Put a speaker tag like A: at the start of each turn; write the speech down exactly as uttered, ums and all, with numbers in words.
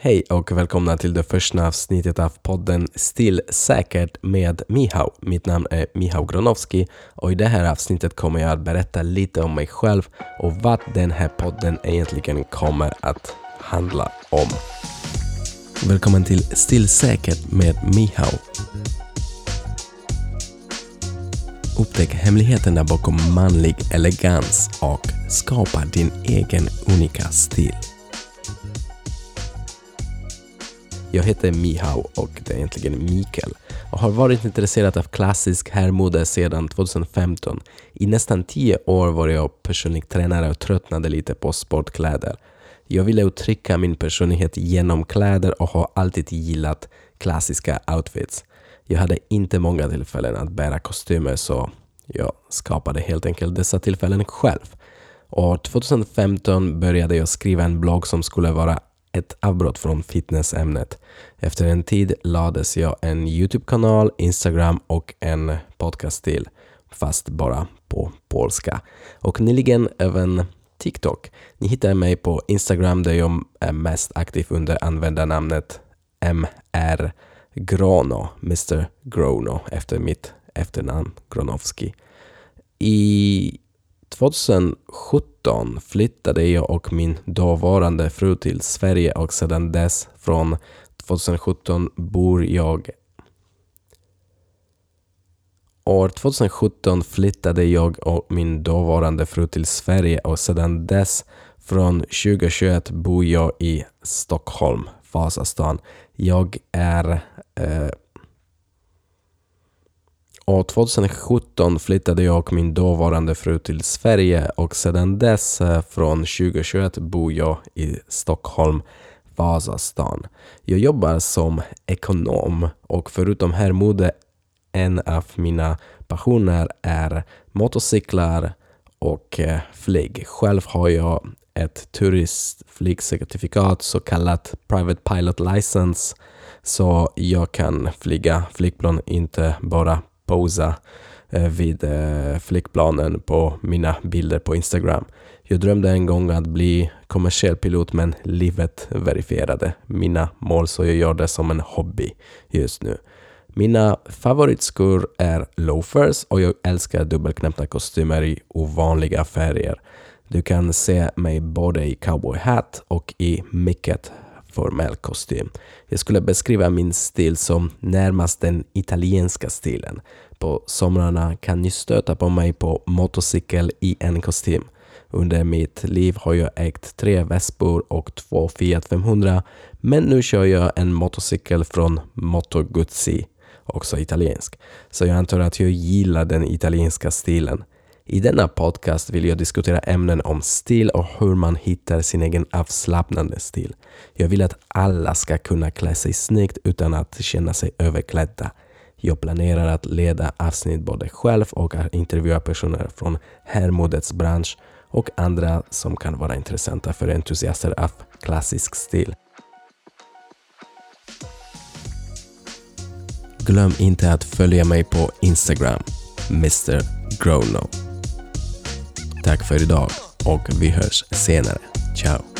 A: Hej och välkomna till det första avsnittet av podden Stilsäkert med Michał. Mitt namn är Michał Gronowski och i det här avsnittet kommer jag att berätta lite om mig själv och vad den här podden egentligen kommer att handla om. Välkommen till Stilsäkert med Michał. Upptäck hemligheterna bakom manlig elegans och skapa din egen unika stil. Jag heter Michał och det är egentligen Mikael och har varit intresserad av klassisk herrmode sedan tjugohundrafemton. I nästan tio år var jag personlig tränare och tröttnade lite på sportkläder. Jag ville uttrycka min personlighet genom kläder och har alltid gillat klassiska outfits. Jag hade inte många tillfällen att bära kostymer så jag skapade helt enkelt dessa tillfällen själv. Och tjugohundrafemton började jag skriva en blogg som skulle vara ett avbrott från fitnessämnet. Efter en tid lades jag en YouTube-kanal, Instagram och en podcast till, fast bara på polska. Och nyligen även TikTok. Ni hittar mig på Instagram där jag är mest aktiv under användarnamnet M R Grono, mister Grono, efter mitt efternamn Gronowski. I tjugosjutton flyttade jag och min dåvarande fru till Sverige och sedan dess från tjugosjutton bor jag År tjugosjutton flyttade jag och min dåvarande fru till Sverige och sedan dess från tjugohundratjugoett bor jag i Stockholm, Vasastan. Jag är eh, Och tjugosjutton flyttade jag och min dåvarande fru till Sverige och sedan dess från tjugohundratjugoett bor jag i Stockholm, Vasastan. Jag jobbar som ekonom och förutom herrmode en av mina passioner är motorcyklar och flyg. Själv har jag ett turistflygcertifikat, så kallat Private Pilot License, så jag kan flyga flygplan, inte bara posa vid flygplanen på mina bilder på Instagram. Jag drömde en gång att bli kommersiell pilot, men livet verifierade mina mål, så jag gör det som en hobby just nu. Mina favoritskor är loafers och jag älskar dubbelknäppta kostymer i ovanliga färger. Du kan se mig både i cowboyhatt och i mycket formell kostym. Jag skulle beskriva min stil som närmast den italienska stilen. På somrarna kan ni stöta på mig på motorcykel i en kostym. Under mitt liv har jag ägt tre Vespor och två Fiat femhundra, men nu kör jag en motorcykel från Moto Guzzi, också italiensk. Så jag antar att jag gillar den italienska stilen. I denna podcast vill jag diskutera ämnen om stil och hur man hittar sin egen avslappnande stil. Jag vill att alla ska kunna klä sig snyggt utan att känna sig överklädda. Jag planerar att leda avsnitt både själv och att intervjua personer från herrmodets bransch och andra som kan vara intressanta för entusiaster av klassisk stil. Glöm inte att följa mig på Instagram, mister Grono. Tack för idag och vi hörs senare. Ciao!